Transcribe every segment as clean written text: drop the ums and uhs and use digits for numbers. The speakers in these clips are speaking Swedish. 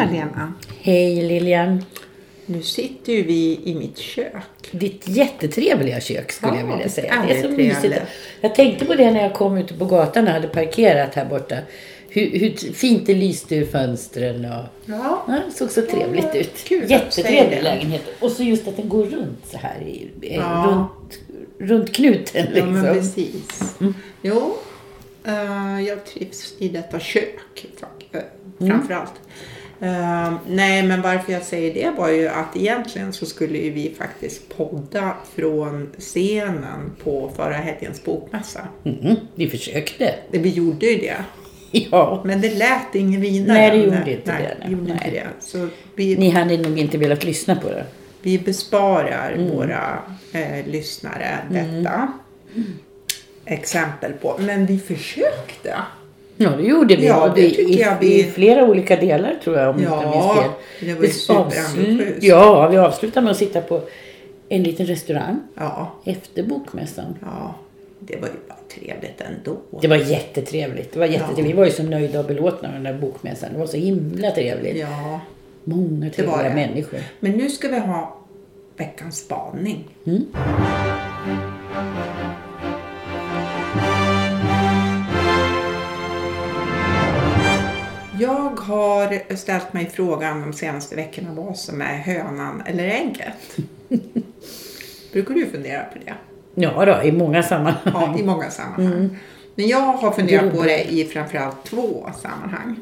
Malena. Hej Lilian. Nu sitter ju vi i mitt kök. Ditt jättetrevliga kök skulle jag vilja säga. Det är så mysigt. Jag tänkte på det när jag kom ut på gatan och hade parkerat här borta. Hur fint det lyste ur fönstren. Och, ja, det såg så trevligt ut. Kul, jättetrevlig lägenhet. Och så just att den går runt så här. Runt knuten liksom. Ja, men precis. Jo, jag trivs i detta kök framförallt. Nej, men varför jag säger det var ju att egentligen så skulle ju vi faktiskt podda från scenen på förra helgens bokmässa. Vi försökte. Vi gjorde ju det. Ja. Men det lät ingen vidare. Nej, det gjorde inte det. Så ni hade nog inte velat lyssna på det. Vi besparar våra lyssnare detta exempel på. Men vi försökte. Ja, det gjorde vi. Ja, det tycker jag i flera olika delar tror jag. Om det var ju superambitiöst. Ja, vi avslutade med att sitta på en liten restaurang. Ja. Efter bokmässan. Ja, det var ju bara trevligt ändå. Det var jättetrevligt. Vi var ju så nöjda och belåtna med den där bokmässan. Det var så himla trevligt. Ja. Många trevliga människor. Men nu ska vi ha veckans spaning. Jag har ställt mig frågan de senaste veckorna vad som är hönan eller ägget. Brukar du fundera på det? Ja då, i många sammanhang. Ja, i många sammanhang. Men jag har funderat på det i framförallt 2 sammanhang.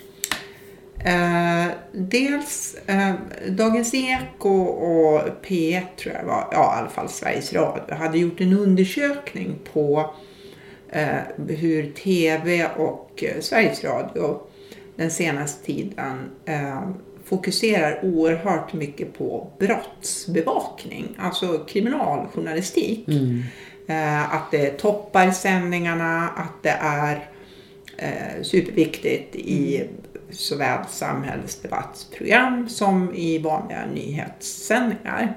Dels Dagens Eko och P1 tror jag var, ja i alla fall Sveriges Radio, hade gjort en undersökning på hur TV och Sveriges Radio den senaste tiden fokuserar oerhört mycket på brottsbevakning, alltså kriminaljournalistik. Att det toppar sändningarna, att det är superviktigt i såväl samhällsdebattsprogram som i vanliga nyhetssändningar.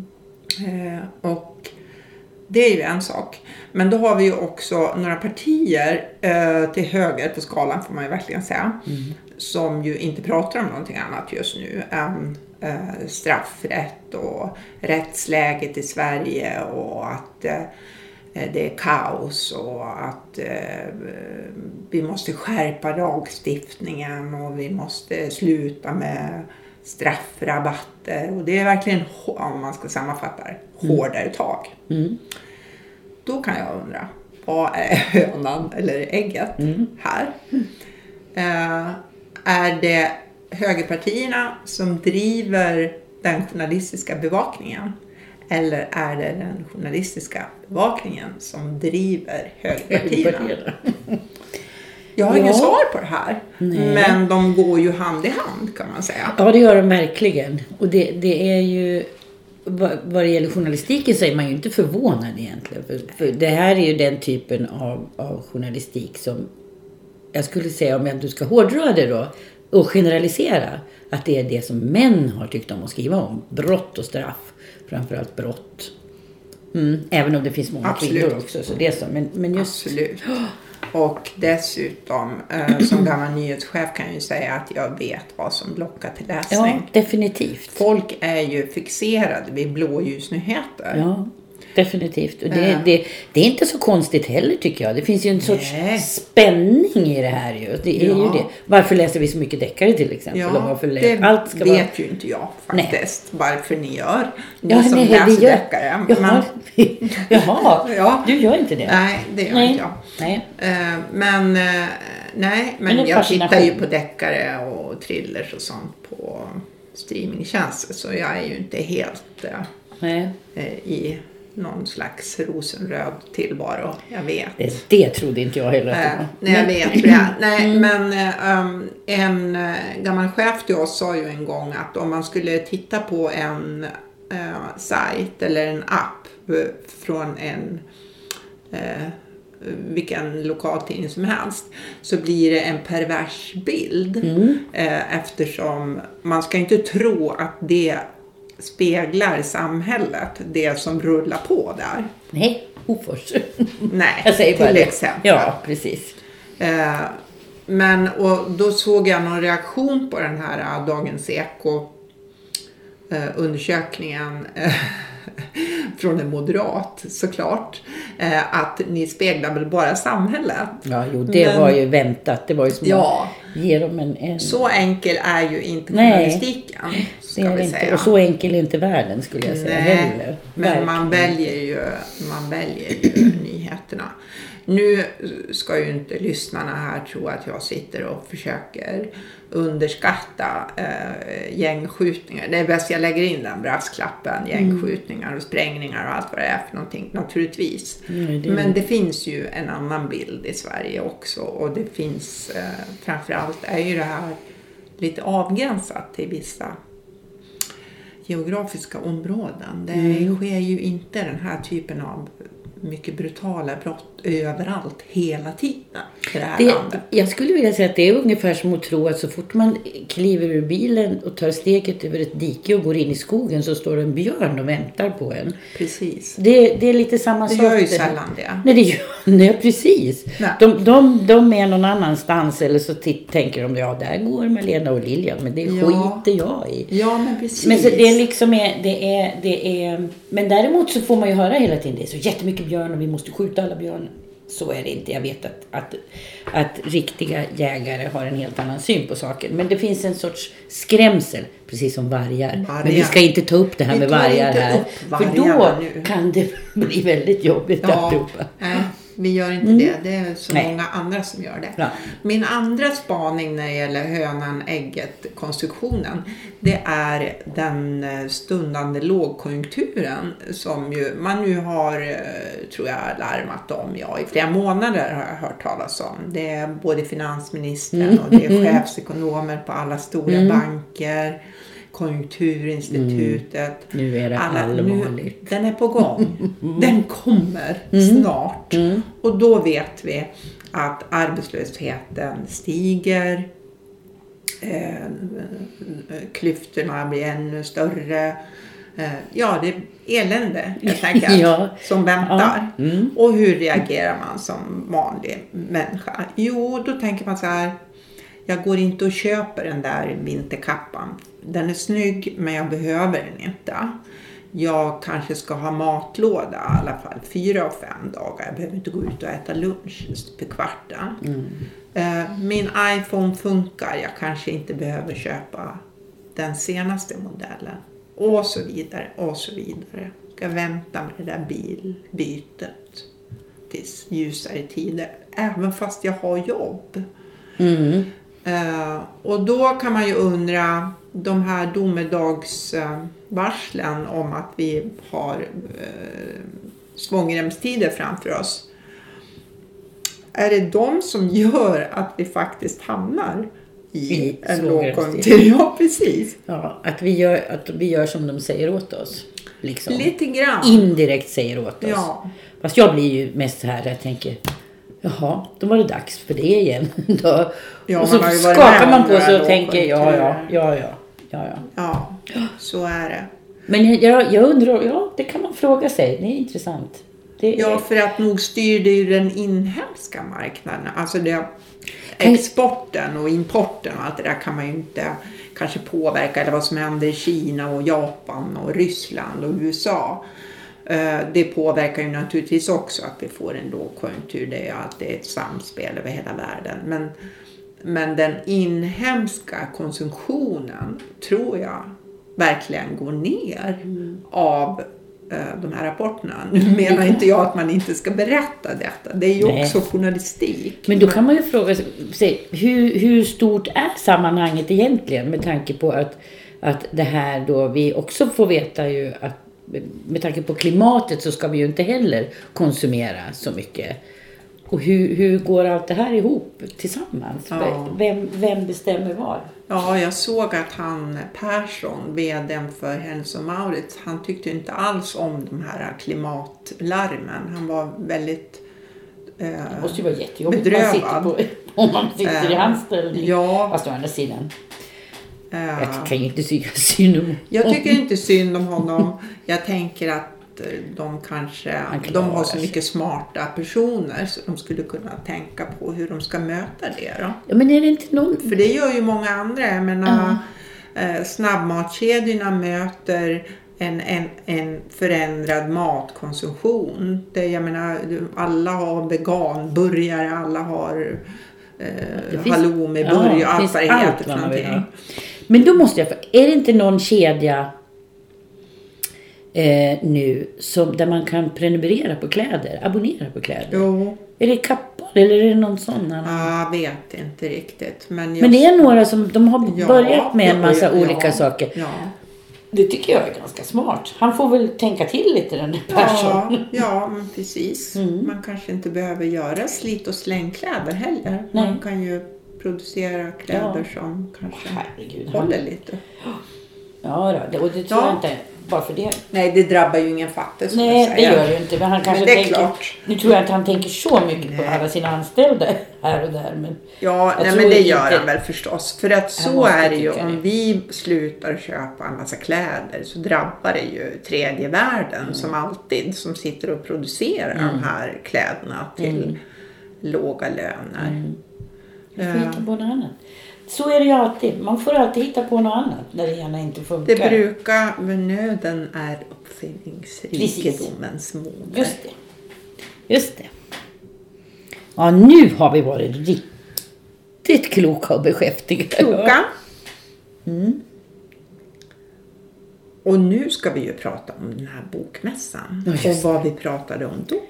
Och det är ju en sak. Men då har vi ju också några partier till höger på skalan får man ju verkligen säga. Som ju inte pratar om någonting annat just nu än straffrätt och rättsläget i Sverige och att det är kaos och att vi måste skärpa lagstiftningen och vi måste sluta med straffrabatter. Och det är verkligen, om man ska sammanfatta det, hårdare tag. Då kan jag undra, vad är hönan eller ägget här? Är det högerpartierna som driver den journalistiska bevakningen? Eller är det den journalistiska bevakningen som driver högerpartierna? Jag har ingen svar på det här. Nej. Men de går ju hand i hand kan man säga. Ja, det gör de verkligen. Och det är ju, vad det gäller journalistiken så är man ju inte förvånad egentligen. För det här är ju den typen av journalistik som jag skulle säga, om du ska hårdra det då och generalisera, att det är det som män har tyckt om att skriva om. Brott och straff. Framförallt brott. Även om det finns många kvinnor också. Så det är så. Men just... Absolut. Och dessutom, som gammal nyhetschef kan jag ju säga att jag vet vad som lockar till läsning. Ja, definitivt. Folk är ju fixerade vid blåljusnyheter. Ja, definitivt. Och det är inte så konstigt heller tycker jag. Det finns ju en sorts spänning i det här ju. Det är ju det. Varför läser vi så mycket deckare till exempel? Ja, allt ska vet ju inte jag faktiskt. Varför ni gör. Ni som läser deckare. Jaha, du gör inte det. Nej, det gör inte jag. Nej. Men jag tittar ju på deckare och thrillers och sånt på streamingtjänster. Så jag är ju inte helt i någon slags rosenröd tillvaro. Jag vet. Det trodde inte jag heller. Nej, jag vet det. Nej, men en gammal chef till oss sa ju en gång att om man skulle titta på en sajt eller en app från vilken lokaltidning som helst så blir det en pervers bild eftersom man ska inte tro att det speglar samhället, det som rullar på där. Nej, Hofors. Nej, jag säger bara till det. exempel. Ja, precis. Men och då såg jag någon reaktion på den här Dagens Eko undersökningen från en moderat såklart, att ni speglar väl bara samhället. Ja, jo, det var ju väntat. Det var ju som att ge dem en... Så enkel är ju inte journalistiken, ska vi säga. Och så enkel är inte världen, skulle jag säga heller. Men man väljer ju nyheterna. Nu ska ju inte lyssnarna här tro att jag sitter och försöker underskatta gängskjutningar. Det är bäst jag lägger in den brasklappen, gängskjutningar och sprängningar och allt vad det är för någonting, naturligtvis. Men det finns ju en annan bild i Sverige också, och det finns framförallt är ju det här lite avgränsat till vissa geografiska områden. Det sker ju inte den här typen av mycket brutala brott överallt hela tiden i det här landet. Jag skulle vilja säga att det är ungefär som att tro att så fort man kliver ur bilen och tar steget över ett dike och går in i skogen så står en björn och väntar på en. Precis. Det är lite samma sak. Det gör ju sällan det. Nej, precis. Nej. De är någon annanstans, eller så tänker de, ja, där går Malena och Lilian, men det skiter jag i. Ja, men precis. Men så det är liksom, det är, men däremot så får man ju höra hela tiden, det är så jättemycket björn och vi måste skjuta alla björnar. Så är det inte. Jag vet att riktiga jägare har en helt annan syn på saken. Men det finns en sorts skrämsel, precis som vargar. Men vi ska inte ta upp det här med vargar här. För då kan det bli väldigt jobbigt att ropa. Vi gör inte det. Det är så många andra som gör det. Ja. Min andra spaning när det gäller hönan-ägget-konstruktionen, det är den stundande lågkonjunkturen som ju man nu har, tror jag, larmat om. Ja, i flera månader har jag hört talas om. Det är både finansministern och det är chefsekonomer på alla stora banker, Konjunkturinstitutet. Nu är det allvarligt. Den är på gång. Den kommer snart. Och då vet vi att arbetslösheten stiger. Klyftorna blir ännu större. Ja, det är elände helt enkelt som väntar. Och hur reagerar man som vanlig människa? Jo, då tänker man så här: jag går inte och köper den där vinterkappan. Den är snygg, men jag behöver den inte. Jag kanske ska ha matlåda i alla fall 4 och 5 dagar. Jag behöver inte gå ut och äta lunch på kvarten. Min iPhone funkar. Jag kanske inte behöver köpa den senaste modellen. Och så vidare, och så vidare. Jag ska vänta med det där bilbytet tills ljusare tider. Även fast jag har jobb. Och då kan man ju undra, de här domedagsvarslen om att vi har svångremstider framför oss. Är det de som gör att vi faktiskt hamnar i en lågkonjunktur? Ja, precis. Ja, att vi gör som de säger åt oss. Liksom. Lite grann. Indirekt säger åt oss. Ja. Fast jag blir ju mest så här, jag tänker, jaha, då var det dags för det igen. Då. Ja, och så skakar man på sig och tänker, ja, så är det. Men jag undrar, det kan man fråga sig, det är intressant. För att nog styr det ju den inhemska marknaden. Alltså exporten och importen och allt det där kan man ju inte kanske påverka. Eller vad som händer i Kina och Japan och Ryssland och USA. Det påverkar ju naturligtvis också att vi får en lågkonjunktur. Det är att det är ett samspel över hela världen. Men den inhemska konsumtionen tror jag verkligen går ner av de här rapporterna. Nu menar inte jag att man inte ska berätta detta. Det är ju också journalistik. Men då kan man ju fråga sig, hur stort är sammanhanget egentligen, med tanke på att det här då vi också får veta ju att med tanke på klimatet så ska vi ju inte heller konsumera så mycket. Och hur går allt det här ihop tillsammans? Ja. Vem bestämmer vad? Ja, jag såg att Persson, vd:n för Hennes & Mauritz, han tyckte inte alls om de här klimatlarmen. Han var väldigt det måste ju vara jättejobbigt om man sitter i hans ställning. Ja. Fast å andra sidan. Jag kan ju inte tycka synd om honom. Jag tycker inte synd om honom. Jag tänker att att de har så mycket smarta personer så de skulle kunna tänka på hur de ska möta det då. Ja, men är det inte någon... För det gör ju många andra. Jag menar, snabbmatskedjorna möter en förändrad matkonsumtion. Jag menar, alla har veganburgare, alla har halloumiburgare, allt vad det heter för någonting. Men då måste är det inte någon kedja nu där man kan prenumerera på kläder, abonnera på kläder? Jo. Är det Kappahl eller är det någon sån? Jag vet inte riktigt. Men det är några som de har börjat med en massa olika saker. Ja. Det tycker jag är ganska smart. Han får väl tänka till lite, den där personen. Ja, men precis. Man kanske inte behöver göra slit- och slängkläder heller. Nej. Man kan ju producera kläder som kanske håller lite. Ja, och det tror jag inte bara för det. Nej, det drabbar ju ingen fattig. Nej, det gör det ju inte. Men han kanske tänker, klart. Nu tror jag inte han tänker så mycket på alla sina anställda här och där. Men men det gör han väl förstås. För att så är det ju. Om vi slutar köpa en massa kläder så drabbar det ju tredje världen som alltid. Som sitter och producerar de här kläderna till låga löner. Du får hitta på något annat. Så är det ju alltid. Man får alltid hitta på något annat när det gärna inte funkar. Det brukar, nöden är uppfinningsrikedomens moder. Just det. Ja, nu har vi varit riktigt kloka och beskäftiga. Och nu ska vi ju prata om den här bokmässan. Och vad vi pratade om då.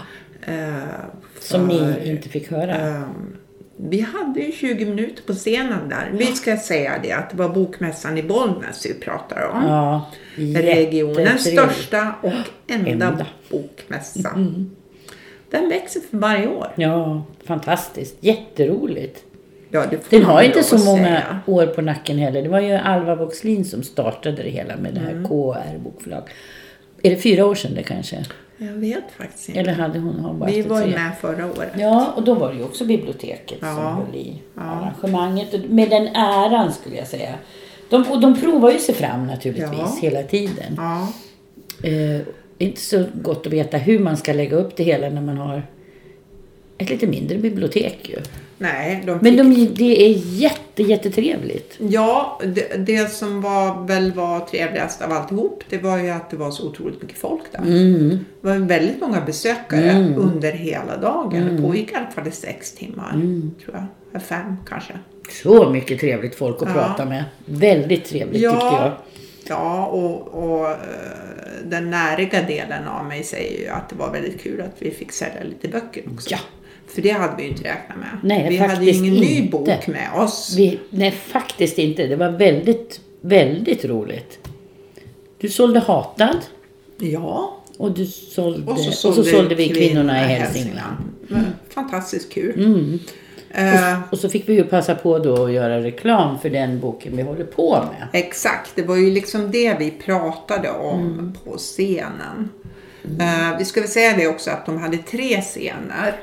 Som ni inte fick höra. Vi hade ju 20 minuter på scenen där. Vi ska säga det att det var bokmässan i Bollnäs vi pratar om. Ja, regionens största och enda bokmässa. Den växer för varje år. Ja, fantastiskt. Jätteroligt. Ja, den har inte så många år på nacken heller. Det var ju Alva Voxlin som startade det hela med det här KR bokförlag. Är det 4 år sedan det kanske? Jag vet faktiskt inte. Eller hade hon bara vi var ju med förra året. Ja, och då var det ju också biblioteket som höll i arrangemanget. Med den äran skulle jag säga. De provar ju sig fram naturligtvis hela tiden. Ja. Inte så gott att veta hur man ska lägga upp det hela när man har ett lite mindre bibliotek ju. Nej, det är jättetrevligt. Ja, det som var trevligast av alltihop, det var ju att det var så otroligt mycket folk där. Det var väldigt många besökare under hela dagen. Det pågick i alla fall 6 timmar, tror jag. 5 kanske. Så mycket trevligt folk att prata med. Väldigt trevligt tyckte jag. Ja, och den näriga delen av mig säger ju att det var väldigt kul att vi fick sälja lite böcker också. Ja. För det hade vi ju inte räknat med. Nej, vi hade ingen ny bok med oss. Nej, faktiskt inte. Det var väldigt, väldigt roligt. Du sålde Hatad. Ja. Och så sålde vi Kvinnorna i Hälsingland. Fantastiskt kul. Och så fick vi ju passa på då att göra reklam för den boken vi håller på med. Exakt, det var ju liksom det vi pratade om på scenen. Vi ska väl säga det också att de hade 3 scener.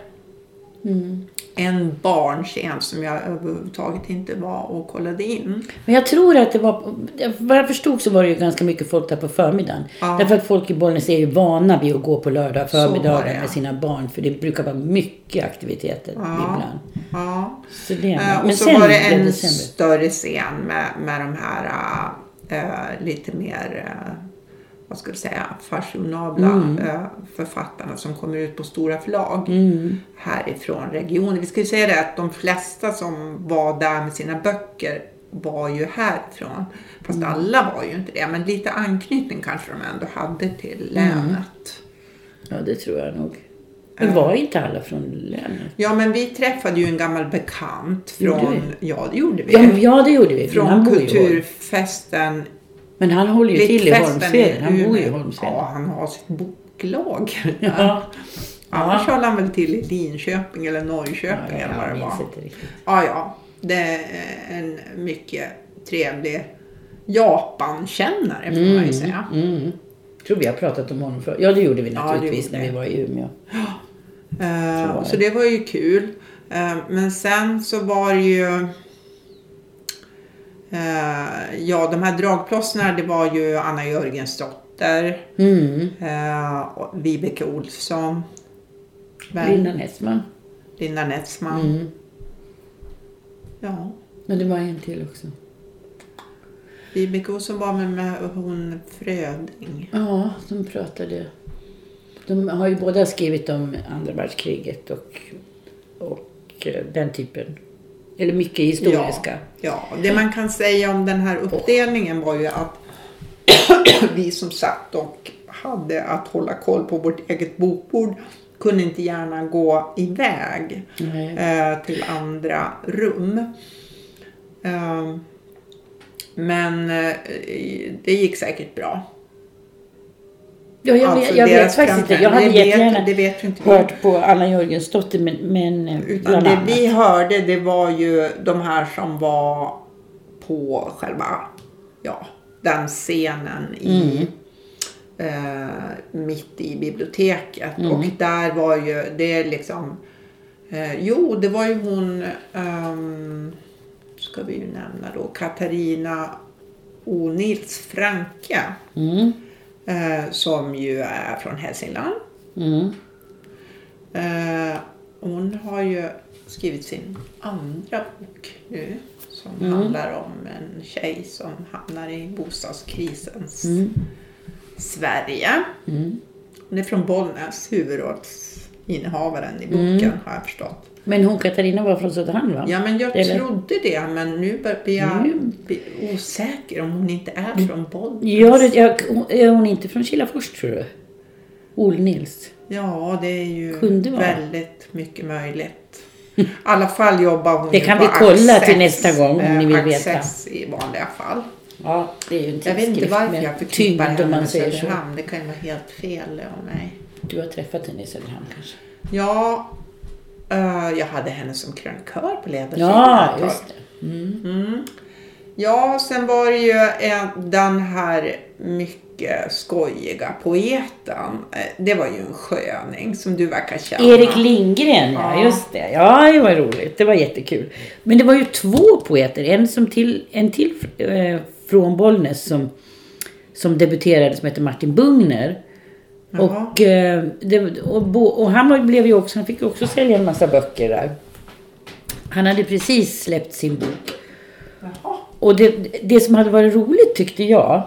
En barnscen som jag överhuvudtaget inte var och kollade in. Men jag tror att det var, vad jag förstod så var det ju ganska mycket folk där på förmiddagen. Därför att folk i Bollnäs är ju vana vid att gå på lördag förmiddagar med sina barn. För det brukar vara mycket aktiviteter ibland. Ja. Så det, och så var det en större scen med de här lite mer... vad ska vi säga, fashionabla författarna som kommer ut på stora förlag härifrån regionen. Vi ska ju säga det att de flesta som var där med sina böcker var ju härifrån. Fast alla var ju inte det, men lite anknytning kanske de ändå hade till länet. Ja, det tror jag nog. Men var inte alla från länet? Ja, men vi träffade ju en gammal bekant från... Ja, det gjorde vi. Ja, det gjorde vi. Från kulturfesten. Men han håller ju till i Holmsveden. Han bor ju i Holmsveden. Ja, han har sitt boklag. Annars håller han väl till i Linköping eller Norrköping eller vad det var. Ja, det är en mycket trevlig Japan-kännare får man ju säga. Tror vi har pratat om honom förut. Ja, det gjorde vi naturligtvis när vi var i Umeå. Så det var ju kul. Men sen så var det ju... de här dragplåsarna, det var ju Anna Jörgensdotter dotter. Och Vibeke Olsson. Linda Netsman. Ja. Men det var en till också. Vibeke Olsson var med hon Fröding. Ja, de pratade. De har ju båda skrivit om andra världskriget och den typen. Eller mycket historiska. Ja, det man kan säga om den här uppdelningen var ju att vi som satt och hade att hålla koll på vårt eget bokbord kunde inte gärna gå iväg till andra rum. Men det gick säkert bra. Ja, jag vet faktiskt inte. Jag hade jättegärna hört på Anna Jörgensdotter, men utan det vi hörde, det var ju de här som var på själva, den scenen mitt i biblioteket. Och där var ju det liksom, det var ju hon, ska vi ju nämna då, Katarina O'Nils Franke. Som ju är från Hälsingland. Hon har ju skrivit sin andra bok nu. Som handlar om en tjej som hamnar i bostadskrisens Sverige. Hon är från Bollnäs, huvudrollsinnehavaren i boken har jag förstått. Men hon Katarina var från Söderhamn, va? Ja, men jag trodde det. Men nu blir jag osäker om hon inte är från Bollnäs. Ja, är hon inte från Kilafors, tror du? Nils. Ja, det är ju väldigt mycket möjligt. I alla fall jobbar hon det kan vi kolla till nästa gång om ni vill veta. Access i vanliga fall. Ja, det är ju en jag vet inte varför jag förknippar henne man med säger Söderhamn. Det kan ju vara helt fel av mig. Du har träffat henne i Söderhamn kanske? Ja, jag hade henne som krönikör på ledarsidan. Ja, just det. Ja, sen var det ju den här mycket skojiga poeten. Det var ju en sköning som du verkar känna. Erik Lindgren, ja just det. Ja, det var roligt. Det var jättekul. Men det var ju 2 poeter. En till från Bollnäs som debuterade som heter Martin Bugner. Och han fick ju också sälja en massa böcker där. Han hade precis släppt sin bok. Jaha. Och det som hade varit roligt tyckte jag,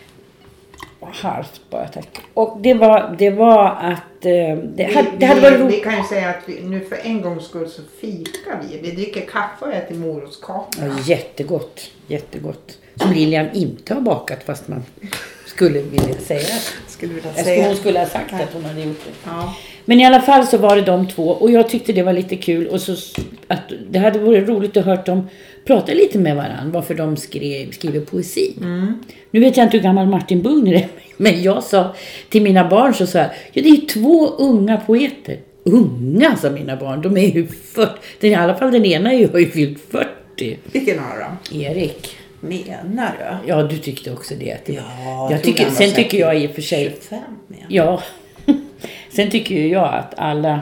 halvt bara tack. Och det var att det hade varit roligt. Vi kan ju säga att nu för en gångs skull så fikar vi. Vi dricker kaffe och äter morotskaka. Ja, jättegott. Som Lilian inte har bakat, fast man skulle vilja säga. Hon skulle ha sagt att hon hade gjort det. Ja. Men i alla fall så var det de 2 och jag tyckte det var lite kul och så att det hade varit roligt att höra dem prata lite med varandra varför de skriver poesi. Nu vet jag inte hur gammal Martin Bugner är, men jag sa till mina barn så här, det är 2 unga poeter. Unga, sa mina barn, de är ju 40. I alla fall den ena har ju fyllt 40. Vilken har de? Erik. Menar du? Ja, du tyckte också det. Ja, sen tycker jag i och för sig 25. Ja. Sen tycker ju jag att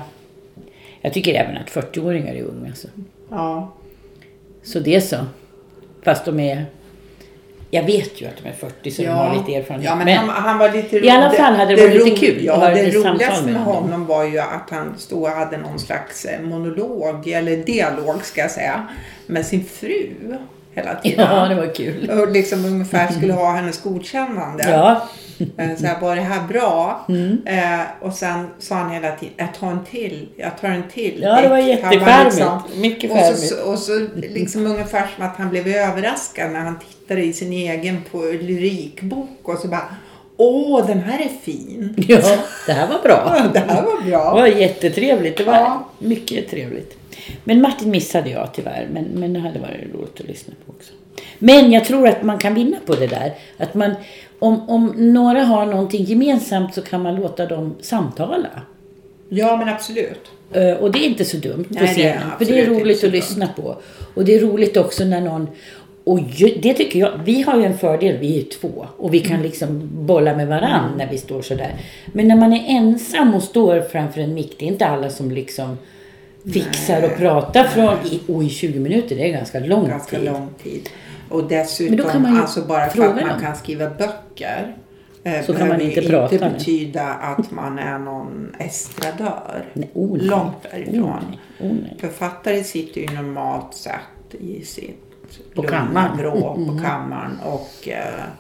jag tycker även att 40-åringar är unga så. Ja. Så det är så. Fast de är, jag vet ju att de är 40 så de har lite erfarenhet. Ja, men han var lite rolig. I alla fall hade det varit lite kul. Ja, det roligaste med honom var ju att han stod och hade någon slags monolog eller dialog ska jag säga med sin fru hela tiden. Ja, det var kul. Och liksom ungefär skulle ha hennes godkännande. Ja. Så här, var det här bra? Och sen sa han hela tiden, jag tar en till. Ja, det var jättefärmigt. Mycket färmigt. Och så liksom ungefär som att han blev överraskad när han tittade i sin egen lyrikbok och så bara, den här är fin. Ja, det här var bra. Det här var bra. Det var jättetrevligt. Det var mycket trevligt. Men Martin missade jag tyvärr. Men det hade varit roligt att lyssna på också. Men jag tror att man kan vinna på det där. Att man, om några har någonting gemensamt så kan man låta dem samtala. Ja, men absolut. Och det är inte så dumt på scenen. För det är roligt att lyssna på. Och det är roligt också när någon... Och det tycker jag, vi har ju en fördel, vi är 2. Och vi kan liksom bolla med varann när vi står sådär. Men när man är ensam och står framför en mick, det är inte alla som liksom fixar och pratar i 20 minuter, det är ganska lång tid. Och dessutom, bara för att man kan skriva böcker så kan man inte prata inte med. betyda att man är någon estradör. Nej, långt därifrån. Nej. Författare sitter ju normalt sett i sitt På lugna kammaren. vrå på kammaren och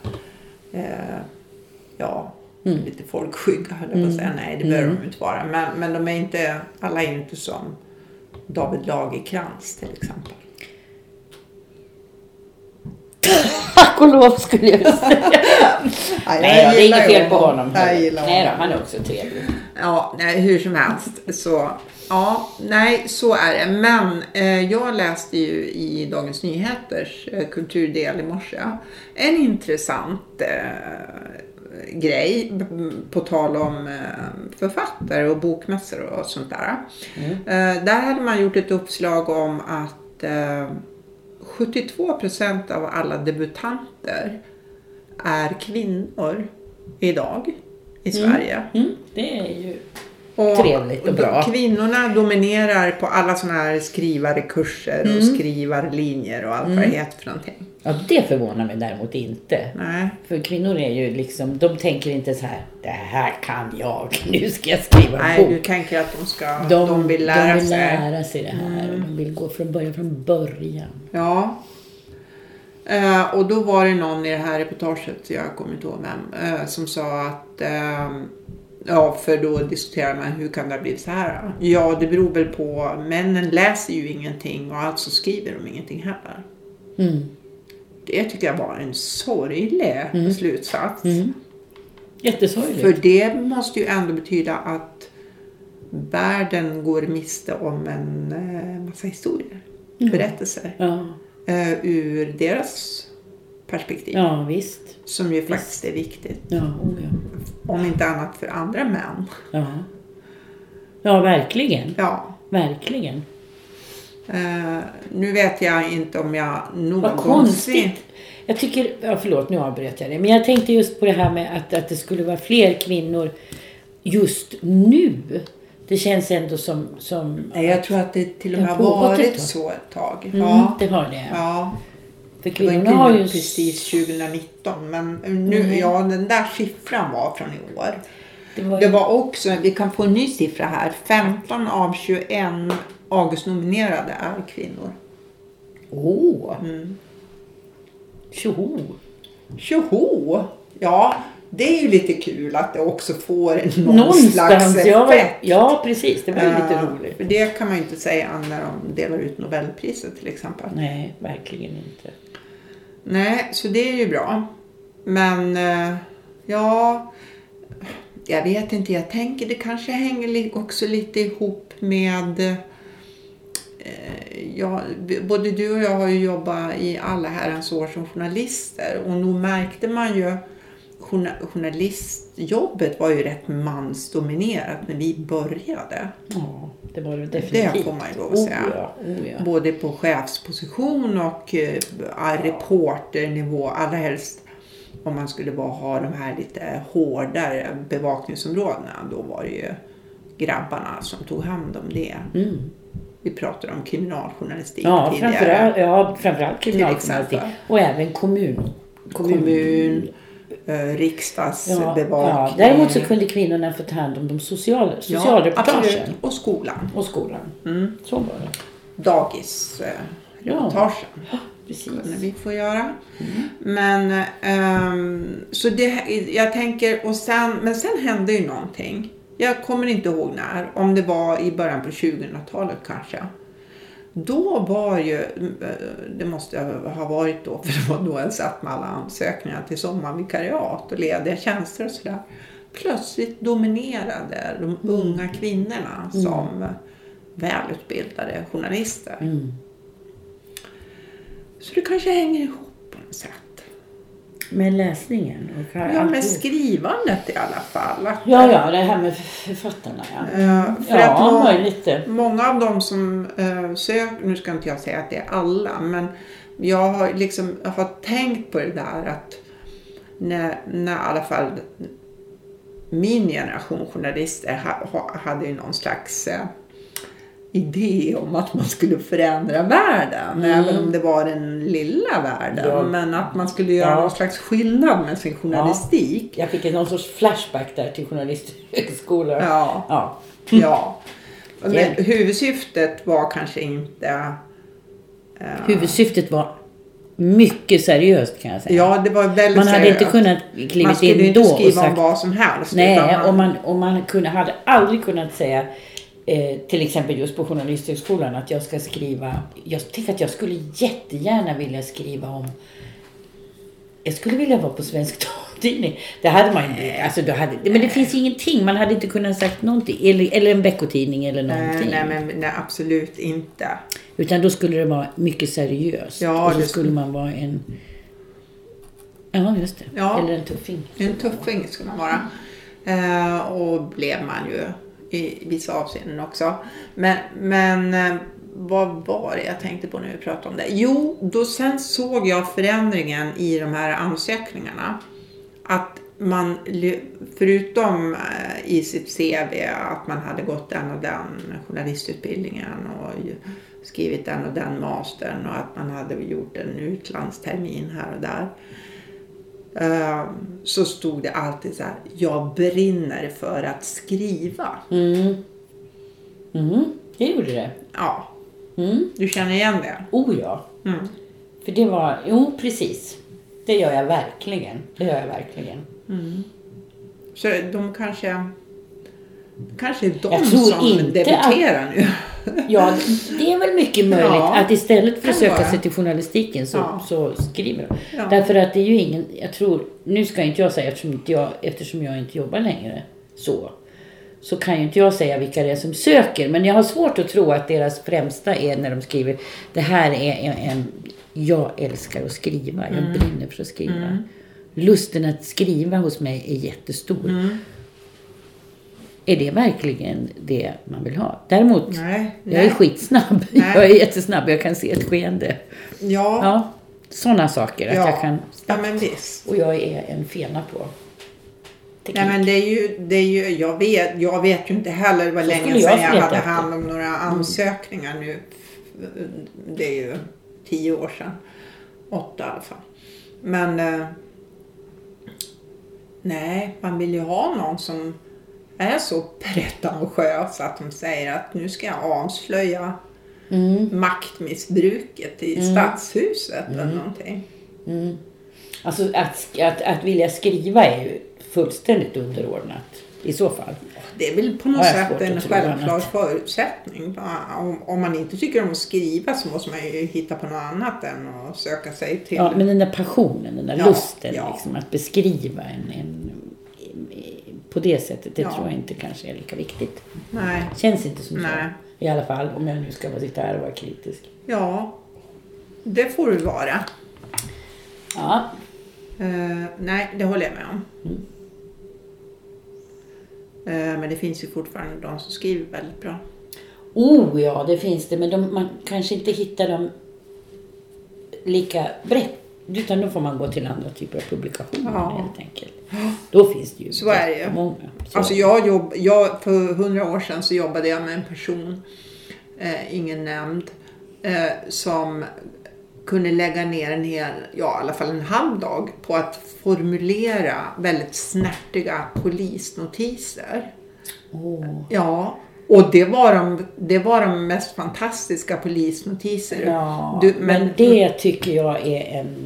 lite folkskygga höll jag på att säga. Nej, det behöver de inte vara. Men de är inte, alla är ju inte som David Lagercrantz till exempel. Tack och lov skulle jag säga. Nej, det är inget fel på honom. Nej då, han är också trevlig. Ja, nej, hur som helst. Så, ja, nej, så är det. Men jag läste ju i Dagens Nyheters kulturdel i morse en intressant grej på tal om författare och bokmässor och sånt där. Där hade man gjort ett uppslag om att 72% av alla debutanter är kvinnor idag i Sverige. Det är ju och trevligt och bra. Kvinnorna dominerar på alla såna här skrivarkurser och skrivarlinjer och allt vad det heter för någonting. Ja, det förvånar mig däremot inte. Nej. För kvinnor är ju liksom, de tänker inte så här, det här kan jag, nu ska jag skriva en bok. Nej, du tänker att de vill lära sig det här. De vill gå från början. Ja. Och då var det någon i det här reportaget, jag kommer inte ihåg vem, som sa att för då diskuterar man hur kan det ha blivit så här. Ja, det beror väl på, männen läser ju ingenting och alltså skriver de ingenting heller. Det tycker jag var en sorglig slutsats. Jättesorgligt. För det måste ju ändå betyda att världen går miste om en massa historier, berättelser. Ur deras perspektiv. Ja, visst. Som ju faktiskt är viktigt. Ja. Om inte annat för andra män. Ja, verkligen. Ja. Verkligen. Nu vet jag inte om jag Vad konstigt. Jag tycker, förlåt nu avbröt jag det. Men jag tänkte just på det här med att det skulle vara fler kvinnor just nu. Det känns ändå som nej, jag tror att det till och med har varit så ett tag. Det har det. Ja. För kvinnorna har ju precis 2019. Men nu, den där siffran var från i år. Det var också, vi kan få en ny siffra här. 15 av 21 Augustnominerade är kvinnor. Tjoho! Ja, det är ju lite kul att det också får någon slags effekt. Ja, precis. Det var ju lite roligt. För det kan man ju inte säga när de delar ut Nobelpriset till exempel. Nej, verkligen inte. Nej, så det är ju bra. Men jag vet inte. Jag tänker det kanske hänger också lite ihop med... både du och jag har ju jobbat i alla herrans år som journalister. Och nog märkte man ju... Journalistjobbet var ju rätt mansdominerat när vi började. Ja, det var det definitivt. Det får man ju lov att säga. Ja. Både på chefsposition och reporternivå. Allra helst om man skulle ha de här lite hårdare bevakningsområdena. Då var det ju grabbarna som tog hand om det. Vi pratade om kriminaljournalistik tidigare. Framförallt kriminaljournalistik. Och även kommun, riksdagsbevakning. Ja. Däremot så kunde kvinnorna få ta hand om de socialreportagen. Och skolan. Så var det. Dagisreportagen. Precis. Kunde vi få göra. Men så det, jag tänker, men sen hände ju någonting. Jag kommer inte ihåg när. Om det var i början på 2000-talet kanske. Då var ju, det måste ha varit då, för det var då jag satt med alla ansökningar till sommarvikariat och lediga tjänster och sådär. Plötsligt dominerade de unga kvinnorna som välutbildade journalister. Så det kanske hänger ihop på något sätt. Med läsningen? Med skrivandet i alla fall. Det här med författarna. För att möjligt. Många av dem som söker, nu ska inte jag säga att det är alla, men jag har tänkt på det där att när i alla fall min generation journalister hade ju någon slags idé om att man skulle förändra världen. Även om det var den lilla världen. Ja. Men att man skulle göra någon slags skillnad med sin journalistik. Jag fick någon sorts flashback där till journalisthögskolan. Ja. Men huvudsyftet var kanske inte... Huvudsyftet var mycket seriöst, kan jag säga. Ja, det var väldigt man hade seriöst. Inte kunnat klivit in då. Man skulle inte skriva om vad som helst. Nej, och man hade aldrig kunnat säga, till exempel just på journalisthögskolan, att jag ska skriva... Jag tycker att jag skulle jättegärna vilja skriva om... Jag skulle vilja vara på Svensk Damtidning. Det hade man inte. Alltså, men det finns ingenting. Man hade inte kunnat sagt någonting. Eller en veckotidning eller någonting. Nej, absolut inte. Utan då skulle det vara mycket seriöst. Ja, och så skulle man vara en... Ja, just det. Ja, eller en tuffing. En tuffing skulle man vara. Och blev man ju i vissa avseenden också. Men vad var det jag tänkte på när vi pratade om det? Jo, då sen såg jag förändringen i de här ansökningarna. Att man, förutom i sitt CV att man hade gått den och den journalistutbildningen och skrivit den och den mastern och att man hade gjort en utlandstermin här och där. Så stod det alltid så här: jag brinner för att skriva. Det gjorde det. Ja. Du känner igen det? Ja. För det var... Jo, precis. Det gör jag verkligen. Så de kanske är de som debuterar nu. Ja, det är väl mycket möjligt att istället för att söka sig till journalistiken så skriver de. Ja. Därför att det är ju ingen... Jag tror... Nu ska inte jag säga, eftersom jag inte jobbar längre så kan ju inte jag säga vilka det är som söker. Men jag har svårt att tro att deras främsta är när de skriver: det här är jag älskar att skriva. Jag brinner för att skriva. Lusten att skriva hos mig är jättestor. Är det verkligen det man vill ha? Däremot, jag är skitsnabb. Nej. Jag är jättesnabb. Jag kan se ett skeende. Ja. Sådana saker. Att jag kan... Ja, men visst. Och jag är en fena på teknik. Nej, men det är ju jag vet ju inte heller. Det var länge sedan jag hade hand om några ansökningar nu. Det är ju 10 år sedan. 8 i alla fall. Men nej, man vill ju ha någon som är så pretentiös att de säger att nu ska jag avslöja maktmissbruket i stadshuset eller någonting. Alltså att vilja skriva är ju fullständigt underordnat i så fall. Det är väl på något sätt en självklar förutsättning. Om man inte tycker om att skriva så måste man ju hitta på något annat än att söka sig till... Ja, men den där passionen, den där lusten liksom, att beskriva en på det sättet, det tror jag inte kanske är lika viktigt. Nej. Känns inte som så. I alla fall, om jag nu ska sitta här och vara kritisk. Ja, det får du vara. Ja. Nej, det håller jag med om. Men det finns ju fortfarande de som skriver väldigt bra. Ja, det finns det. Men man kanske inte hittar dem lika brett. Utan då får man gå till andra typer av publikationer helt enkelt. Då finns det ju så är det. Många. Så. Alltså jag för 100 år sedan så jobbade jag med en person, ingen nämnd, som kunde lägga ner i alla fall en halv dag på att formulera väldigt snärtiga polisnotiser. Ja, och det var de mest fantastiska polisnotiser. Ja, men det tycker jag är en...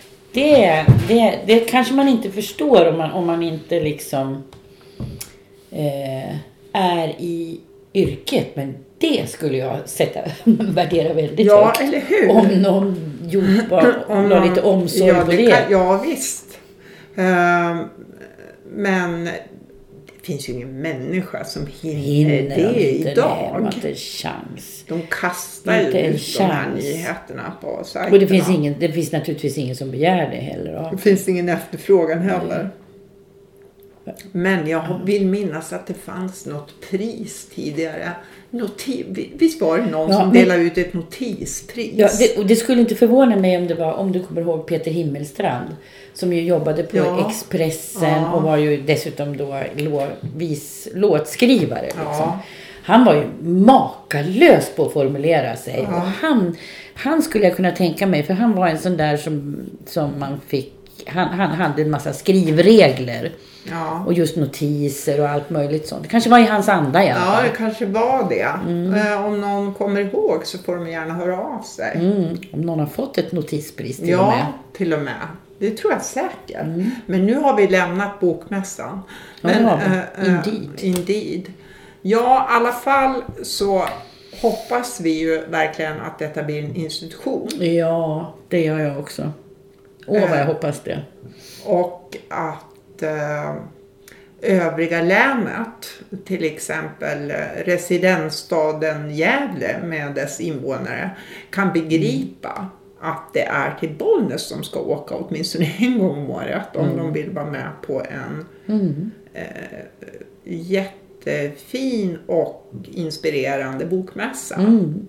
Det kanske man inte förstår om man inte liksom är i yrket, men det skulle jag värdera väldigt högt. Eller hur? Om någon la lite omsorg på det. Ja, visst. Men det finns ju ingen människa som hinner det idag. De har inte en chans. De kastar ut de här nyheterna på sajterna. Och det finns naturligtvis ingen som begär det heller. Det finns ingen efterfrågan heller. Men jag vill minnas att det fanns något pris tidigare. Visst var det någon som delade ut ett notispris? Ja, det skulle inte förvåna mig om du kommer ihåg Peter Himmelstrand, som ju jobbade på Expressen och var ju dessutom då låtskrivare. Liksom. Han var ju makalös på att formulera sig. Och han skulle jag kunna tänka mig, för han var en sån där som man fick, han hade en massa skrivregler. Ja. Och just notiser och allt möjligt sånt. Det kanske var i hans anda i alla fall. Ja, det kanske var det. Om någon kommer ihåg så får de gärna höra av sig. Om någon har fått ett notispris till och med. Ja, till och med. Det tror jag säkert. Men nu har vi lämnat bokmässan. Men, Indeed. Ja, i alla fall så hoppas vi ju verkligen att detta blir en institution. Ja, det gör jag också. Vad jag hoppas det. Och att övriga länet, till exempel residensstaden Gävle med dess invånare, kan begripa att det är till Bollnäs som ska åka åtminstone en gång om året om de vill vara med på en jättefin och inspirerande bokmässa.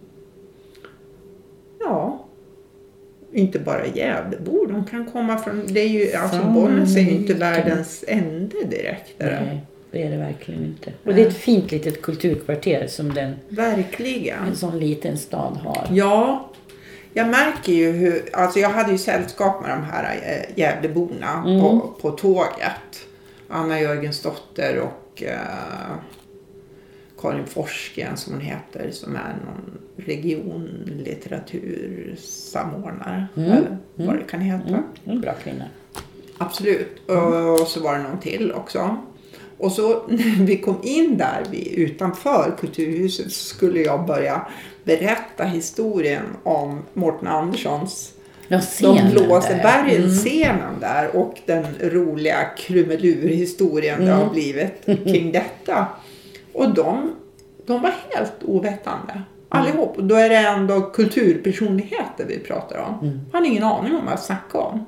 Ja. Inte bara Gävlebor, de kan komma från, det är ju, alltså Bollnäs är ju inte världens ände direkt. Nej, det är det verkligen inte. Och det är ett fint litet kulturkvarter som verkligen en sån liten stad har. Ja, jag märker ju hur, alltså jag hade ju sällskap med de här Gävleborna på tåget. Anna Jörgensdotter och Karin Forsgren som hon heter, som är någon regionlitteratursamordnare eller vad det kan heta. En bra kvinna. Absolut. Och så var det någon till också. Och så när vi kom in där utanför Kulturhuset så skulle jag börja berätta historien om Mårten Anderssons De blåser bergen-scenen där och den roliga krumelurhistorien det har blivit kring detta. Och de var helt ovetande. Allihop. Och då är det ändå kulturpersonligheter vi pratar om. Han har ingen aning om vad jag snackar om.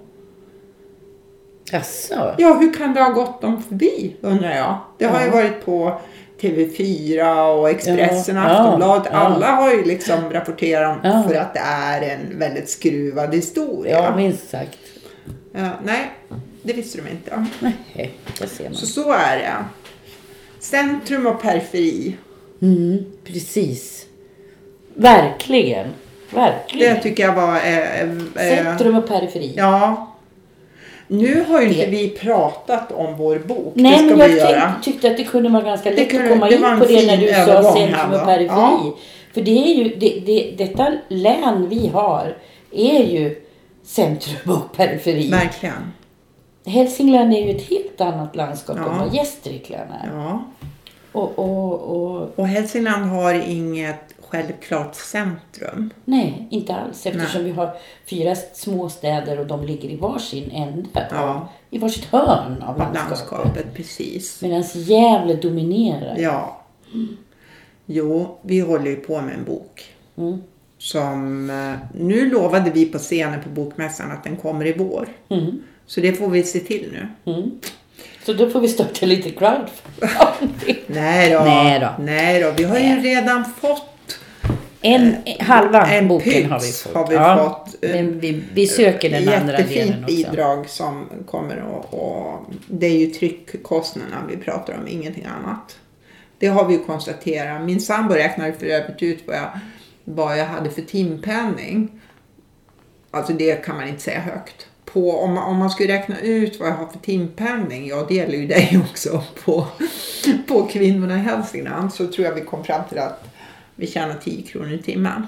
Jaså? Ja, hur kan det ha gått dem förbi, undrar jag. Det har ju varit på TV4 och Expressen och Aftonbladet. Alla har ju liksom rapporterat om för att det är en väldigt skruvad historia. Ja, minst sagt. Nej, det visste de inte. Nej, det ser man. Så är det. Centrum och periferi. Precis. Verkligen. Det tycker jag var... Centrum och periferi. Ja. Nu har ju inte vi pratat om vår bok. Nej, men jag tyckte att det kunde vara ganska lätt att komma in på det när du sa centrum och periferi. Ja. För det är ju, detta län vi har är ju centrum och periferi. Verkligen. Hälsingland är ju ett helt annat landskap än vad Gästrikland är. Ja. Och Hälsingland har inget självklart centrum. Nej, inte alls. Eftersom vi har 4 små städer och de ligger i varsin ände. I varsitt hörn av landskapet. Precis. Medan Gävle dominerar. Ja. Jo, vi håller ju på med en bok. Som, nu lovade vi på scenen på bokmässan att den kommer i vår. Så det får vi se till nu. Så då får vi starta lite crowdfunding. Nej då. Vi har ju redan fått halva boken har vi fått. Vi söker den andra delen också. Jättefint bidrag som kommer och det är ju tryckkostnaderna vi pratar om, ingenting annat. Det har vi ju konstaterat. Min sambo räknade för övrigt ut vad jag hade för timpenning. Alltså det kan man inte säga högt. Om man skulle räkna ut vad jag har för timpenning, det gäller ju dig också på kvinnorna i Hälsingland, så tror jag vi kom fram till att vi tjänar 10 kronor i timmen.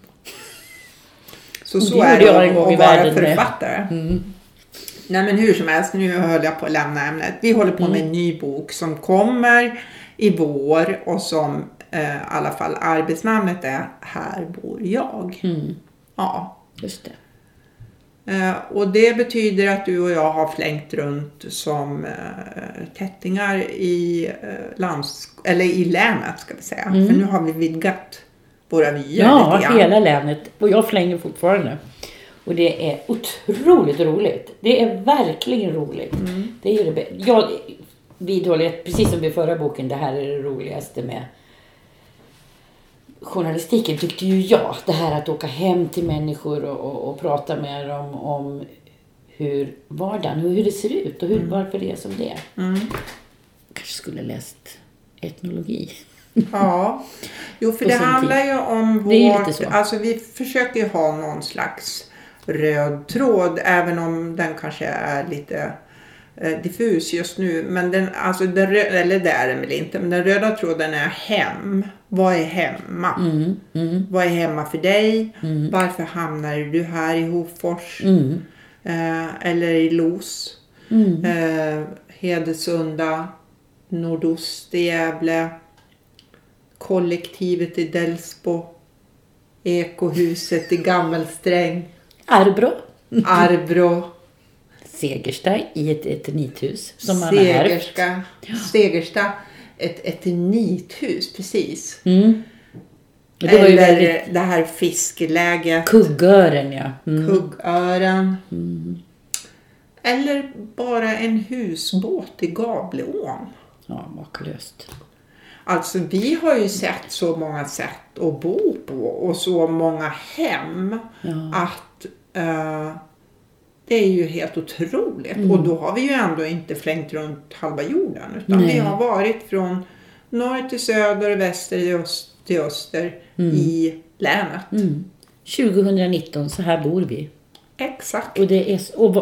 Så är det att vara författare. Nej, men hur som helst, nu höll jag på att lämna ämnet. Vi håller på med en ny bok som kommer i vår och som i alla fall arbetsnamnet är Här bor jag. Ja, just det. Och det betyder att du och jag har flängt runt som tättingar i länet, ska vi säga. För nu har vi vidgat våra vyer lite grann. Ja, hela länet. Och jag flänger fortfarande. Och det är otroligt roligt. Det är verkligen roligt. Det är det. Jag vidhåller, precis som i förra boken, det här är det roligaste med journalistiken, tyckte ju jag. Det här att åka hem till människor och prata med dem om hur vardagen, hur det ser ut och varför det är som det är. Kanske skulle läst etnologi. Ja. Jo, för På det sin handlar ju om Det är ju lite så. alltså vi försöker ju ha någon slags röd tråd, även om den kanske är lite diffus just nu. Men eller det är den väl inte, men den röda tråden är hem. Vad är hemma? Vad är hemma för dig? Varför hamnar du här i Hofors? Eller i Los? Hedesunda, nordost i Gävle, kollektivet i Delsbo, ekohuset i Gammelsträng, Arbro. Segersta i ett eternithus som man har ärvt. Segersta, ett eternithus, precis. Och det var ju eller det här fiskeläget. Kuggören, ja. Kuggören. Eller bara en husbåt i Gableån. Ja, makalöst. Alltså vi har ju sett så många sätt att bo på och så många hem att det är ju helt otroligt. Och då har vi ju ändå inte flängt runt halva jorden, utan vi har varit från norr till söder och väster till öster i länet. 2019, så här bor vi. Exakt. Och det är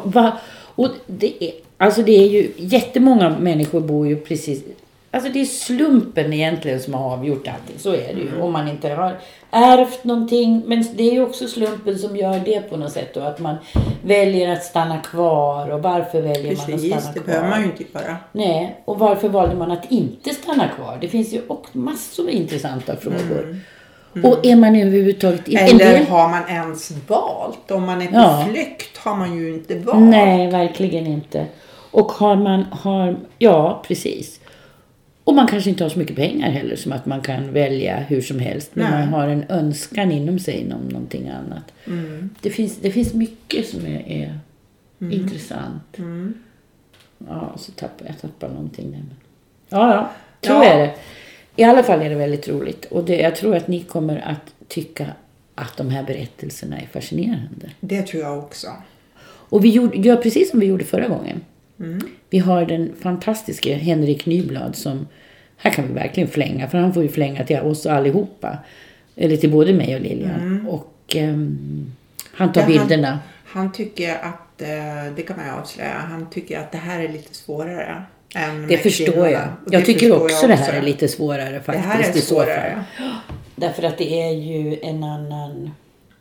alltså det är ju jättemånga människor bor ju precis. Alltså det är slumpen egentligen som har avgjort allting. Så är det ju. Om man inte har ärvt någonting. Men det är ju också slumpen som gör det på något sätt. Och att man väljer att stanna kvar. Och varför väljer man att stanna kvar? Precis, det behöver man ju inte göra. Nej, och varför valde man att inte stanna kvar? Det finns ju också massor av intressanta frågor. Och är man överhuvudtaget... Eller har man ens valt? Om man är på flykt har man ju inte valt. Nej, verkligen inte. Och ja, precis. Och man kanske inte har så mycket pengar heller som att man kan välja hur som helst. Men man har en önskan inom sig om någonting annat. Det finns mycket som är intressant. Ja, så tappar någonting där. Ja, tror jag det. I alla fall är det väldigt roligt. Och jag tror att ni kommer att tycka att de här berättelserna är fascinerande. Det tror jag också. Och vi gör precis som vi gjorde förra gången. Vi har den fantastiska Henrik Nyblad som, här kan vi verkligen flänga, för han får ju flänga till oss allihopa. Eller till både mig och Lilian. Och han tar bilderna. Han tycker att, det kan man ju avslöja, han tycker att det här är lite svårare. Det förstår jag. Jag tycker också det här är lite svårare faktiskt. Det här är svårare. Därför att det är ju en annan...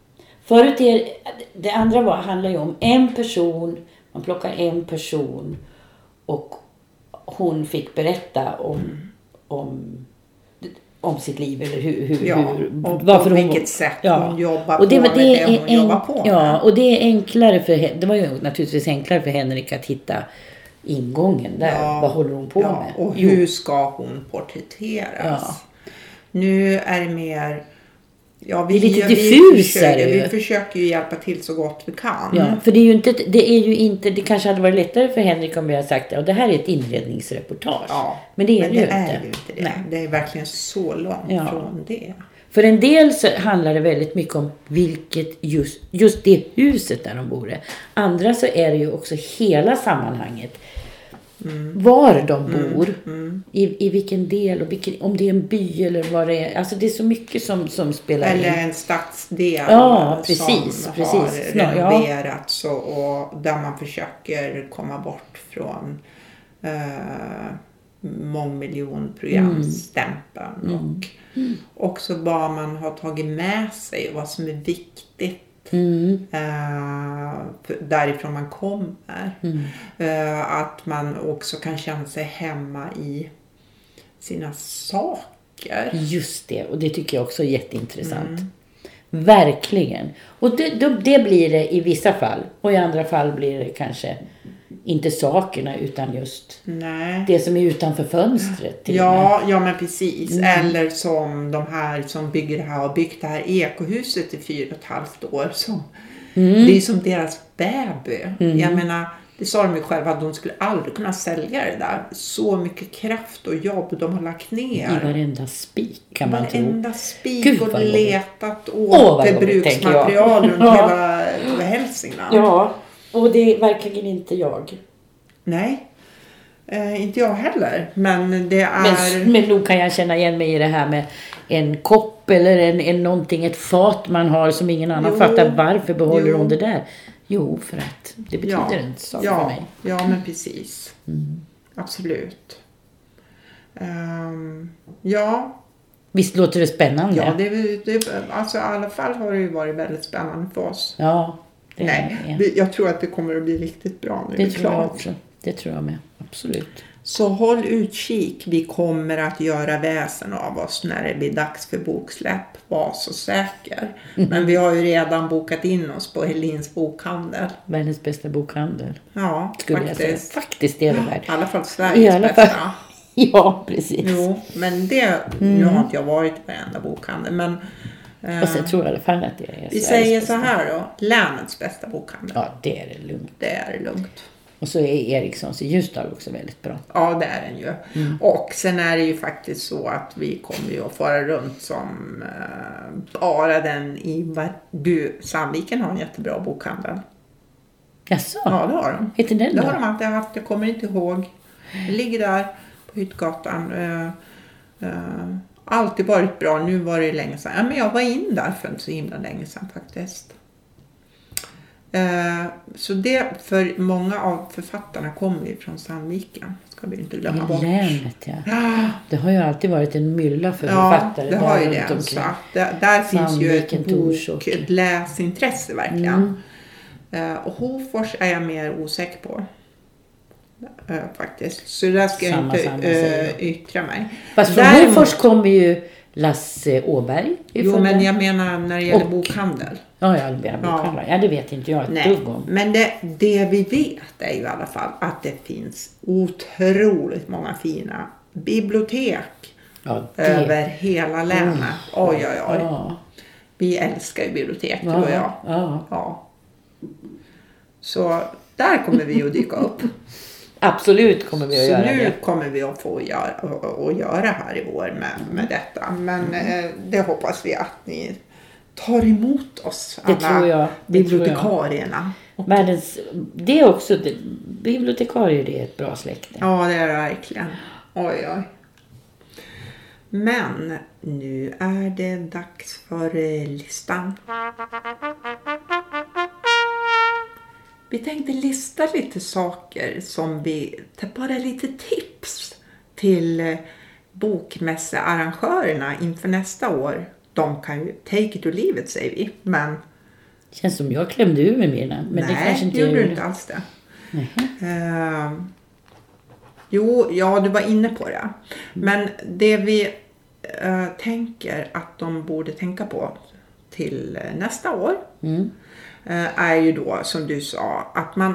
Det andra handlar ju om en person. Man plockar en person och hon fick berätta om sitt liv eller varför vilket sätt hon jobbar på med det hon jobbar på. Ja, och det är enklare det var ju naturligtvis enklare för Henrik att hitta ingången där. Vad håller hon på med? Och hur ska hon porträtteras? Nu är det mer... Ja, det är lite diffusare. Vi försöker ju hjälpa till så gott vi kan. Ja, för det kanske hade varit lättare för Henrik om vi hade sagt att det här är ett inredningsreportage. Ja, men det är ju inte det. Nej. Det är verkligen så långt från det. För en del så handlar det väldigt mycket om just det huset där de bor. Andra så är det ju också hela sammanhanget. Var de bor, i vilken del och om det är en by eller vad det är. Alltså det är så mycket som spelar in. Eller en stadsdel som har renoverats och där man försöker komma bort från mångmiljonprogramstämpeln och också vad man har tagit med sig och vad som är viktigt. Därifrån man kommer. Att man också kan känna sig hemma i sina saker. Just det, och det tycker jag också är jätteintressant. Verkligen. Och det blir det i vissa fall. Och i andra fall blir det kanske inte sakerna utan just det som är utanför fönstret. Ja, men precis. Eller som de här som bygger det här har byggt det här ekohuset i 4,5 år. Det är som deras baby. Jag menar, det sa de ju själva att de skulle aldrig kunna sälja det där. Så mycket kraft och jobb de har lagt ner. I varenda spik kan man tro. Varenda spik och letat återbruksmaterial runt hela Hälsingland. Ja, och det är verkligen inte jag. Nej. Inte jag heller, men det är... Men nog kan jag känna igen mig i det här med en kopp eller en någonting, ett fat man har som ingen annan fattar. Varför behåller hon det där? Jo, för att det betyder en sak för mig. Ja, men precis. Absolut. Visst låter det spännande? Ja, alltså i alla fall har det ju varit väldigt spännande för oss. Ja. Jag tror att det kommer att bli riktigt bra nu. Det tror jag också. Det tror jag med. Absolut. Så håll utkik. Vi kommer att göra väsen av oss när det blir dags för boksläpp. Var så säker. Men vi har ju redan bokat in oss på Helins bokhandel. Världens bästa bokhandel. Ja, skulle jag säga. Faktiskt är det värt. I alla fall Sveriges bästa. Ja, precis. Jo, men nu har inte jag varit på varenda bokhandel. Men, fast jag tror i alla fall att det är vi säger så här då. Länets bästa bokhandel. Ja, det är det lugnt. Det är det lugnt. Och så är Erikssons i Ljusdal också väldigt bra. Ja, det är den ju. Och sen är det ju faktiskt så att vi kommer ju att fara runt som bara den i Sandviken har en jättebra bokhandel. Jaså? Ja, det har de. Heter den då? Det har de alltid haft, jag kommer inte ihåg. Det ligger där på Hyttgatan. Alltid varit bra, nu var det länge sedan. Ja, men jag var in där för inte så himla länge sedan faktiskt. Så det, för många av författarna kommer ju från Sandviken. Ska vi inte glömma bort. Länet, ja. Det har ju alltid varit en mylla för författare. Ja, det har ju det. Så där finns ju ett läsintresse verkligen. Och Hofors är jag mer osäker på. Faktiskt. Så där ska jag inte yttra mig. Fast från Hofors kommer ju Lasse Åberg. Jo, men jag menar när det gäller bokhandel. Ja, jag menar bokhandel. Ja, det vet inte jag ett dugg om. Men det vi vet är ju i alla fall att det finns otroligt många fina bibliotek över hela länet. Oj. Ja. Vi älskar ju bibliotek, du och jag. Ja. Så där kommer vi att dyka upp. Absolut kommer vi att göra det. Så nu kommer vi att få göra här i vår med detta. Men det hoppas vi att ni tar emot oss. Det tror jag. Bibliotekarierna. Det är också, bibliotekarier, det är ett bra släkte. Ja, det är det verkligen. Oj. Men nu är det dags för listan. Vi tänkte lista lite saker som bara lite tips till bokmässearrangörerna inför nästa år. De kan ju take it or leave it, säger vi. Men känns som jag klämde ur med mina. Men det kanske inte gjorde du inte alls det. Du var inne på det. Men det vi tänker att de borde tänka på till nästa år är ju då, som du sa,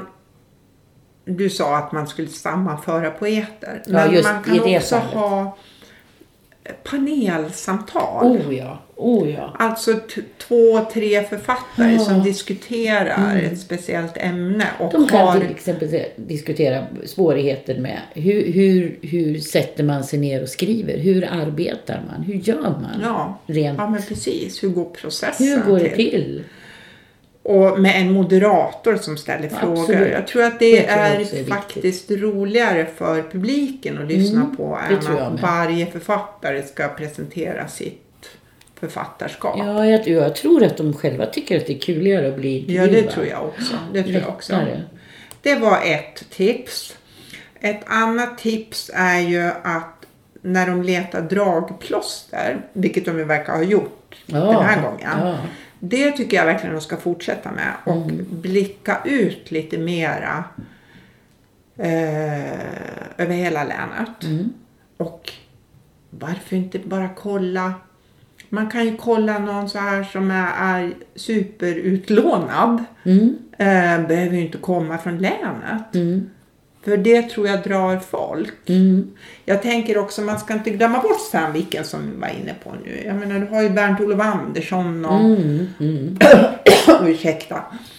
att man skulle sammanföra poeter. Men just man kan också ha panelsamtal. Oh ja. Alltså 2-3 författare som diskuterar ett speciellt ämne. Och de kan till exempel diskutera svårigheten med hur sätter man sig ner och skriver? Hur arbetar man? Hur gör man? Ja, men precis. Hur går processen Hur går det till? Och med en moderator som ställer frågor. Jag tror att det är faktiskt roligare för publiken att lyssna på än att varje författare ska presentera sitt författarskap. Ja, jag tror att de själva tycker att det är kuligare att bli intervjuad. Ja, det tror jag också. Det var ett tips. Ett annat tips är ju att när de letar dragplåster, vilket de ju verkar ha gjort den här gången. Det tycker jag verkligen de ska fortsätta med. Och blicka ut lite mera över hela länet. Och varför inte bara kolla. Man kan ju kolla någon så här som är superutlånad. Behöver ju inte komma från länet. För det tror jag drar folk. Jag tänker också, man ska inte glömma bort Sandviken som vi var inne på nu. Jag menar, du har ju Bernt-Olof Andersson och ursäkta.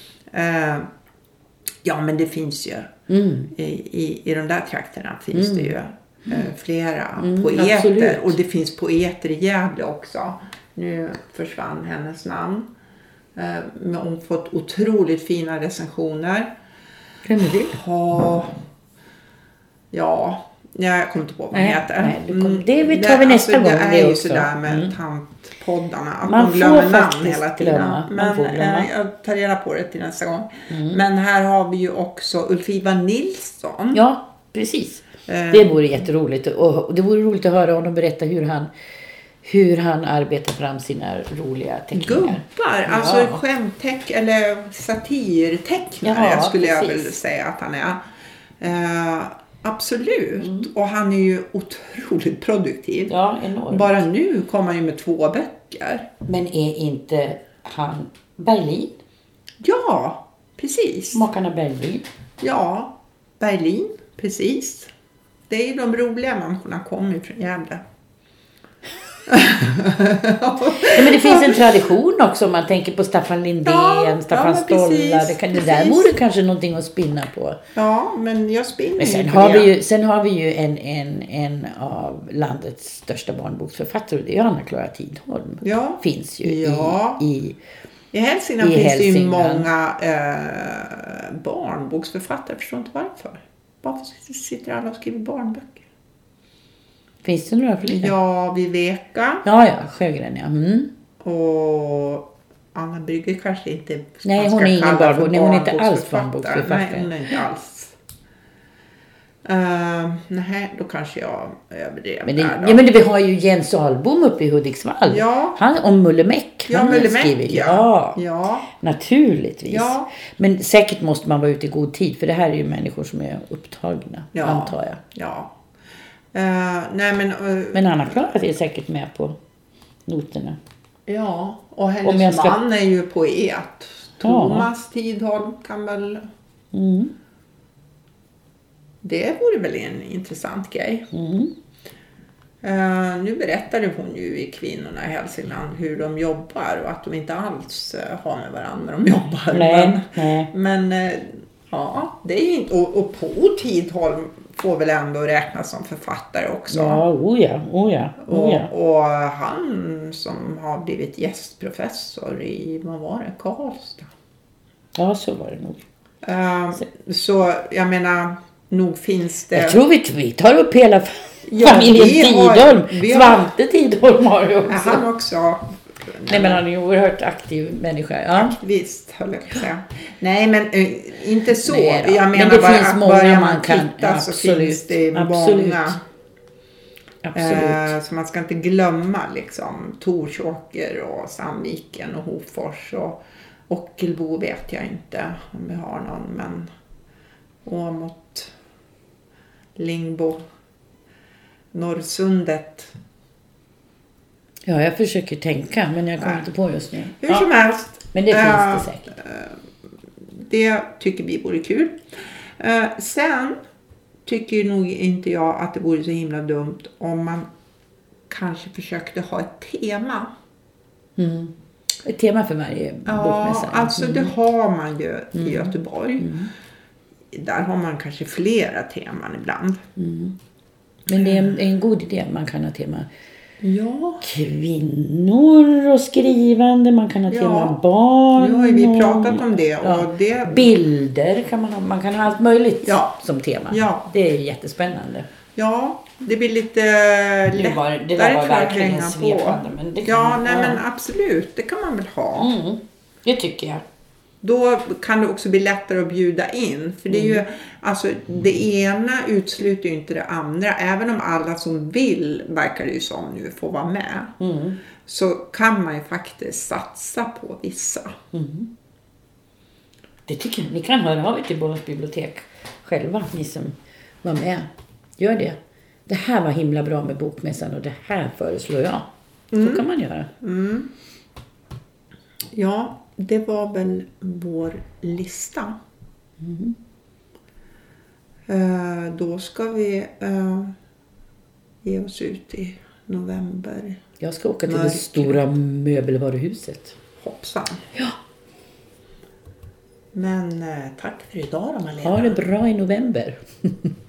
Ja, men det finns ju i de där trakterna finns det ju flera poeter. Absolut. Och det finns poeter i Gävle också. Nu försvann hennes namn. Men hon fått otroligt fina recensioner. Vem är det? Ja, jag kommer inte på vad den heter. Det tar vi nästa gång. Det är ju också. sådär med tantpoddarna. Att Man de glömmer namn får hela tiden. glömma. Men jag tar reda på det till nästa gång. Men här har vi ju också Ulf-Ivar Nilsson. Ja, precis. Det vore jätteroligt. Och det vore roligt att höra honom berätta hur han arbetar fram sina roliga teckningar. Gubbar, alltså eller satirtecknare skulle jag väl säga att han är. Absolut. Och han är ju otroligt produktiv. Ja, enormt. Bara nu kommer han ju med 2 böcker. Men är inte han Berlin? Ja, precis. Makarna Berlin. Ja, Berlin, precis. Det är ju de roliga människorna kommer från Gävle. Men det finns en tradition också om man tänker på Staffan Lindén, Staffan Stollar. Det där vore kanske någonting att spinna på. Ja, men jag spinner men sen har vi ju en av landets största barnboksförfattare, det är Anna Clara Tidholm. Ja. Finns ju i Hälsingland finns det ju många barnboksförfattare. Jag förstår inte varför. Varför sitter alla och skriver barnböcker? Finns det några fler? Ja, Viveka. Ja, Sjögren, ja. Och Anna Brygge kanske inte. Nej, hon är ingen barnbok. Nej, hon är inte alls barnboksförfattare. Nej, hon är inte alls. Nej, då kanske jag överdrev. Men vi har ju Jens Ahlbom uppe i Hudiksvall. Ja. Han om Mullemäck. Ja, Mullemäck. Ja, naturligtvis. Ja. Men säkert måste man vara ute i god tid. För det här är ju människor som är upptagna, antar jag. Ja. Men Anna Clara är säkert med på noterna. Ja, och hennes man är ju poet. Thomas Tidholm kan väl... Det vore väl en intressant grej. Nu berättade hon ju i Kvinnorna i Hälsingland hur de jobbar och att de inte alls har med varandra när de jobbar. Nej. Men det är ju inte... Och på Tidholm får väl ändå räknas som författare också. Ja, oja. Och han som har blivit gästprofessor i, vad var det, Karlstad? Ja, så var det nog. Så jag menar, nog finns det... Jag tror vi tar upp hela familjen Tidholm. Svante Tidholm har ju också. Han också. Nej, men han är ju oerhört aktiv människa. Ja. Aktivist, höll jag på att säga. Nej, men inte så. Nej, jag menar men det bara finns att många börjar man man kan... titta så finns det många. Absolut. Så man ska inte glömma liksom Torsåker och Sandviken och Hofors och Ockelbo vet jag inte om vi har någon, men Åmot, Lingbo, Norrsundet. Ja, jag försöker tänka, men jag kommer inte på just nu. Hur som helst. Men det finns det säkert. Det tycker vi vore kul. Sen tycker nog inte jag att det vore så himla dumt om man kanske försökte ha ett tema. Ett tema för varje bokmässa. Ja, alltså det har man ju i Göteborg. Där har man kanske flera teman ibland. Men det är en god idé. Man kan ha tema kvinnor och skrivande. Man kan ha tema barn. Nu har vi pratat om det. Och det... Bilder kan man ha. Man kan ha allt möjligt som tema. Ja. Det är jättespännande. Ja, det blir lite lättare det var verkligen svepande. Men det kan men absolut. Det kan man väl ha. Det tycker jag. Då kan det också bli lättare att bjuda in. För det är ju, alltså det ena utesluter ju inte det andra. Även om alla som vill, verkar det ju som nu, får vara med. Så kan man ju faktiskt satsa på vissa. Det tycker jag. Ni kan höra av er till Borgholms bibliotek själva, ni som var med. Gör det. Det här var himla bra med bokmässan och det här föreslår jag. Så kan man göra. Ja, det var väl vår lista. Då ska vi ge oss ut i november. Jag ska åka till det stora möbelvaruhuset. Hoppsan. Ja. Men tack för idag då, Malena. Ha det bra i november.